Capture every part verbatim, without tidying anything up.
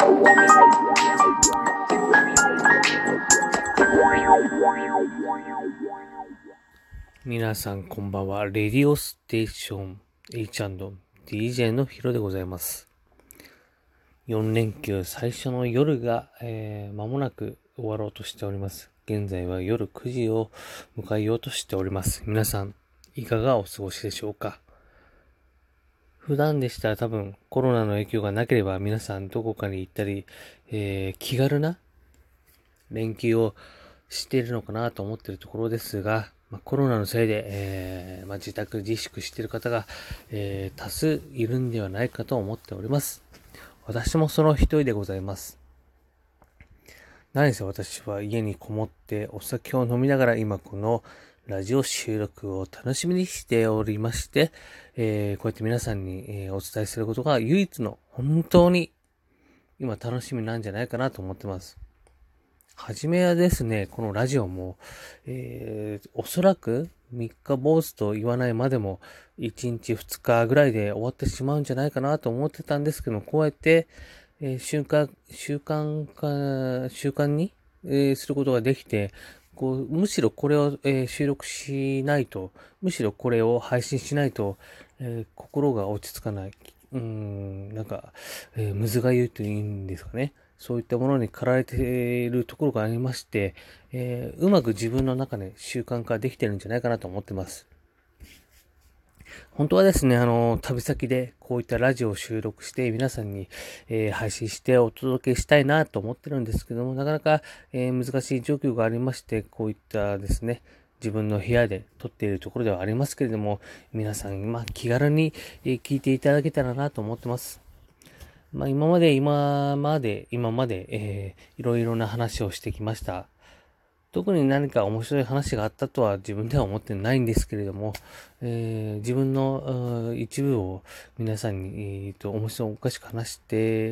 皆さんこんばんは。レディオステーション H&ディージェー のヒロでございます。よん連休最初の夜が、えー、間もなく終わろうとしております。現在は夜くじを迎えようとしております。皆さんいかがお過ごしでしょうか。普段でしたら多分コロナの影響がなければ皆さんどこかに行ったり、えー、気軽な連休をしているのかなと思っているところですが、まあ、コロナのせいで、えーまあ、自宅自粛している方が、えー、多数いるんではないかと思っております。私もその一人でございます。何せ私は家にこもってお酒を飲みながら今このラジオ収録を楽しみにしておりまして、えー、こうやって皆さんに、えー、お伝えすることが唯一の本当に今楽しみなんじゃないかなと思ってます。はじめはですね、このラジオも、えー、おそらくみっか坊主と言わないまでもいちにちふつかぐらいで終わってしまうんじゃないかなと思ってたんですけども、こうやって、えー、習慣、習慣化、習慣に、えー、することができて、こう、むしろこれを、えー収録しないと、むしろこれを配信しないと、えー心が落ち着かない。うーん、なんか、えー、むずがゆいといいんですかね。そういったものに駆られているところがありまして、えーうまく自分の中で習慣化できてるんじゃないかなと思ってます。本当はですね、あの、旅先でこういったラジオを収録して皆さんに、えー配信してお届けしたいなと思ってるんですけども、なかなか、えー難しい状況がありまして、こういったですね、自分の部屋で撮っているところではありますけれども、皆さん、まあ、気軽に、えー聞いていただけたらなと思ってます。まあ、今まで、今まで、今まで、えーいろいろな話をしてきました。特に何か面白い話があったとは自分では思ってないんですけれども、えー自分の一部を皆さんに、えーと面白おかしく話して、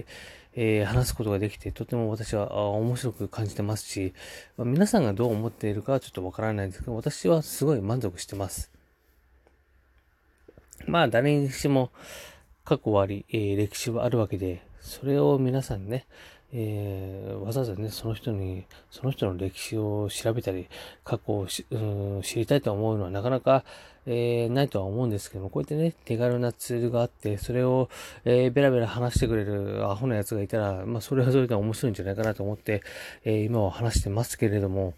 えー話すことができて、とても私はあ面白く感じてますし、まあ皆さんがどう思っているかはちょっとわからないんですけど、私はすごい満足してます。まあ、誰にしても過去はあり、えー歴史はあるわけで、それを皆さんね、えーわざわざね、その人に、その人の歴史を調べたり、過去をし、うん、知りたいと思うのはなかなか、えーないとは思うんですけども、こうやってね、手軽なツールがあって、それを、えーベラベラ話してくれるアホなやつがいたら、まあ、それはそれで面白いんじゃないかなと思って、えー今は話してますけれども、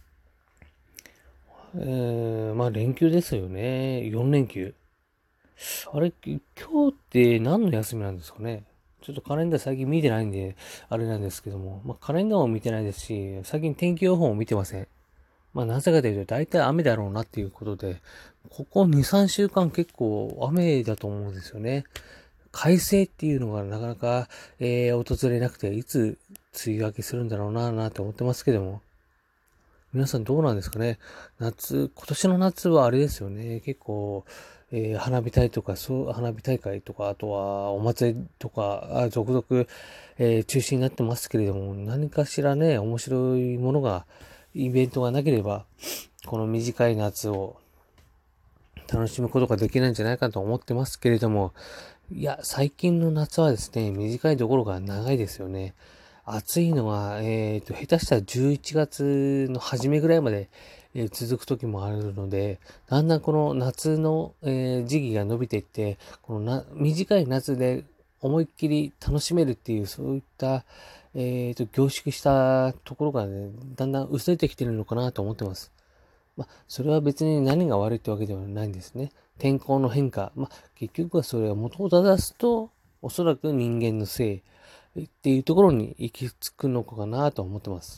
えーまあ、連休ですよね。よん連休。あれ、今日って何の休みなんですかね。ちょっとカレンダー最近見てないんで、あれなんですけども、まあ、カレンダーも見てないですし、最近天気予報も見てません。まあ、なぜかというと、大体雨だろうなっていうことで、ここに、さんしゅうかん結構雨だと思うんですよね。快晴っていうのがなかなか、えー、訪れなくて、いつ梅雨明けするんだろうな、なんて思ってますけども。皆さんどうなんですかね。夏、今年の夏はあれですよね。結構、えー花火大とか、そう、花火大会とか、あとはお祭りとか、あ続々、えー中止になってますけれども、何かしらね、面白いものが、イベントがなければ、この短い夏を楽しむことができないんじゃないかと思ってますけれども、いや、最近の夏はですね、短いところが長いですよね。暑いのは、えっと、下手したらじゅういちがつの初めぐらいまで、えー続く時もあるので、だんだんこの夏の、えー時期が伸びていって、このな短い夏で思いっきり楽しめるっていう、そういった、えっと、凝縮したところがね、だんだん薄れてきてるのかなと思ってます。まあ、それは別に何が悪いってわけではないんですね。天候の変化。まあ、結局はそれは元を正すと、おそらく人間のせいっていうところに行き着くのかなと思ってます。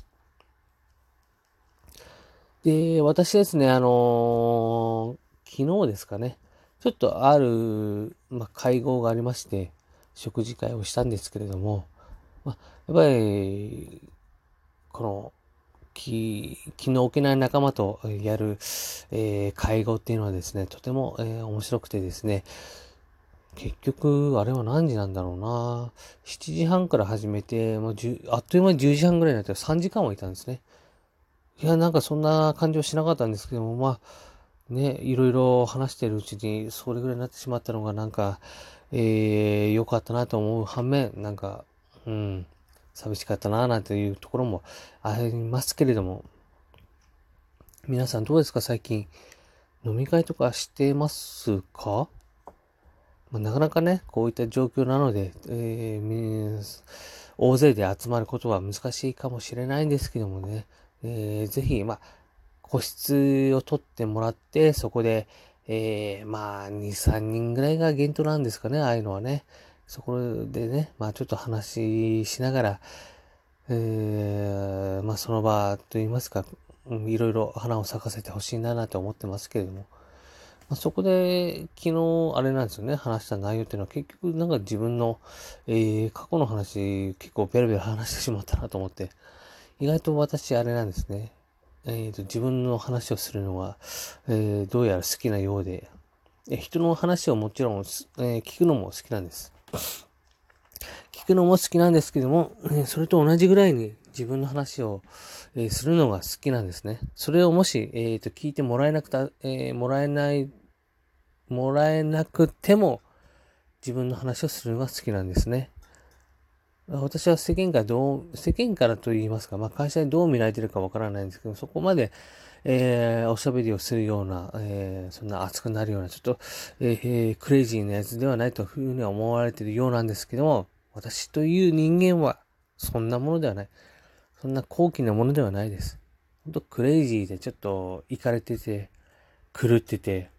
で、私ですね、あのー昨日ですかね、ちょっとある、まあ、会合がありまして、食事会をしたんですけれども、まあ、やっぱり、この、気、気の置けない仲間とやる、えー会合っていうのはですね、とても、えー面白くてですね、結局、あれは何時なんだろうな。しちじはんから始めて、もうじゅうあっという間にじゅうじはんぐらいになってさんじかんはいたんですね。いや、なんかそんな感じはしなかったんですけども、まあ、ね、いろいろ話してるうちに、それぐらいになってしまったのが、なんか、えー、良かったなと思う反面、なんか、うん。 寂しかったなぁなんていうところもありますけれども、皆さんどうですか？最近飲み会とかしてますか？まあ、なかなかね、こういった状況なので、えー、大勢で集まることは難しいかもしれないんですけどもね、えー、ぜひ、まあ、個室を取ってもらって、そこで、えー、まあ、に、さんにんぐらいが限度なんですかね、ああいうのはね。そこでね、まあ、ちょっと話しながら、えー、まあ、その場といいますか、うん、いろいろ花を咲かせてほしいな、なんて思ってますけれども、まあ、そこで、昨日、あれなんですよね、話した内容っていうのは結局、なんか自分の、えー、過去の話、結構ベラベラ話してしまったなと思って、意外と私、あれなんですね。えーと、自分の話をするのは、えー、どうやら好きなようで、え人の話をもちろん、えー聞くのも好きなんです。聞くのも好きなんですけども、えーそれと同じぐらいに自分の話を、えーするのが好きなんですね。それをもし、えーと、聞いてもらえなくた、えーもらえない、もらえなくても、自分の話をするのが好きなんですね。私は世間からどう、世間からと言いますか、まあ会社でどう見られてるかわからないんですけど、そこまで、えー、おしゃべりをするような、えー、そんな熱くなるような、ちょっと、えー、クレイジーなやつではないというふうには思われているようなんですけども、私という人間は、そんなものではない。そんな高貴なものではないです。ほんとクレイジーでちょっと、イかれてて、狂ってて、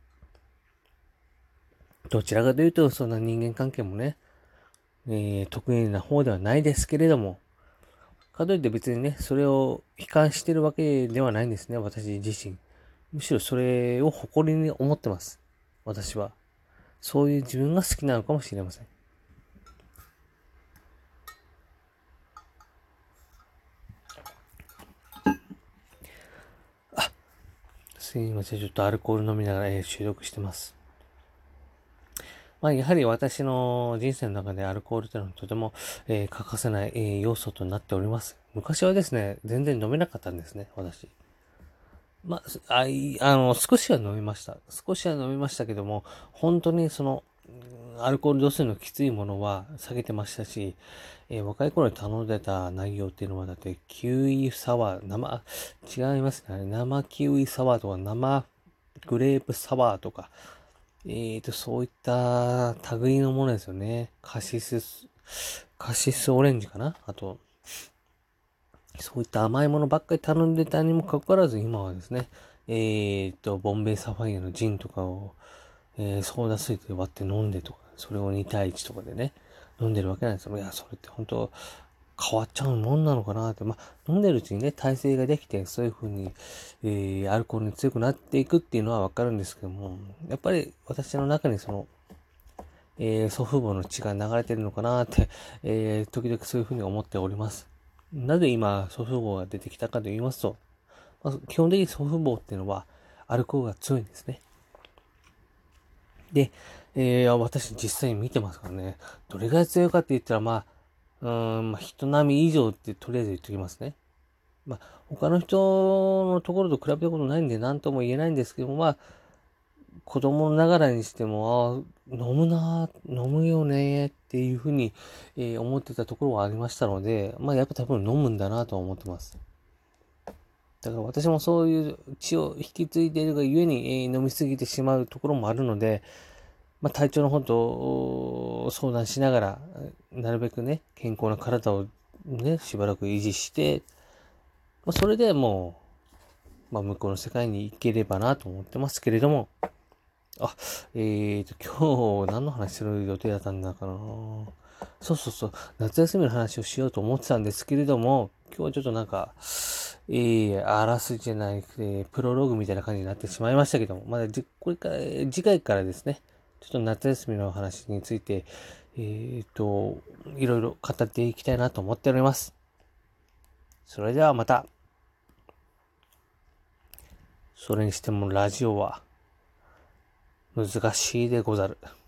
どちらかというと、そんな人間関係もね、えー、得意な方ではないですけれども、かといって別にね、それを悲観してるわけではないんですね、私自身。むしろそれを誇りに思ってます。私は。そういう自分が好きなのかもしれません。すいません、ちょっとアルコール飲みながら、えー収録してます。まあ、やはり私の人生の中でアルコールというのはとても、えー欠かせない、えー要素となっております。昔はですね、全然飲めなかったんですね、私。まあ、あい、あの、少しは飲みました。少しは飲みましたけども、本当にその、アルコール度数のきついものは下げてましたし、えー若い頃に頼んでた内容っていうのは、だって、キウイサワー、生、違いますね。生キウイサワーとか、生グレープサワーとか、えーと、そういった類のものですよね。カシス、カシスオレンジかなあと、そういった甘いものばっかり頼んでたにもかかわらず、今はですね、えーと、ボンベイサファイアのジンとかを、えー、ソーダ水で割って飲んでとか、それをに対いちとかでね、飲んでるわけなんですよ。いや、それって本当変わっちゃうもんなのかなって。まあ、飲んでるうちにね、耐性ができて、そういう風に、えー、アルコールに強くなっていくっていうのはわかるんですけども、やっぱり私の中にその、えー、祖父母の血が流れてるのかなって、えー、時々そういう風に思っております。なぜ今、祖父母が出てきたかと言いますと、まあ、基本的に祖父母っていうのは、アルコールが強いんですね。で、えー、私実際に見てますからね、どれぐらい強いかって言ったら、まあ、うーん、まあ、人並み以上ってとりあえず言っときますね。まあ、他の人のところと比べたことないんで何とも言えないんですけども、まあ、子供ながらにしても、あ飲むな、飲むよねっていうふうに、えー思ってたところはありましたので、まあ、やっぱ多分飲むんだなとは思ってます。だから私もそういう血を引き継いでいるがゆえに、えー飲みすぎてしまうところもあるので、まあ、体調の方と相談しながら、なるべくね、健康な体をね、しばらく維持して、まあ、それでもう、まあ、向こうの世界に行ければなと思ってますけれども、あ、えーと、今日何の話する予定だったんだかな。そうそうそう、夏休みの話をしようと思ってたんですけれども、今日はちょっとなんか、えー、あらすじじゃない、えー、プロローグみたいな感じになってしまいましたけども、まだじ、これから、次回からですね、ちょっと夏休みの話について、えーと、いろいろ語っていきたいなと思っております。それではまた。それにしてもラジオは難しいでござる。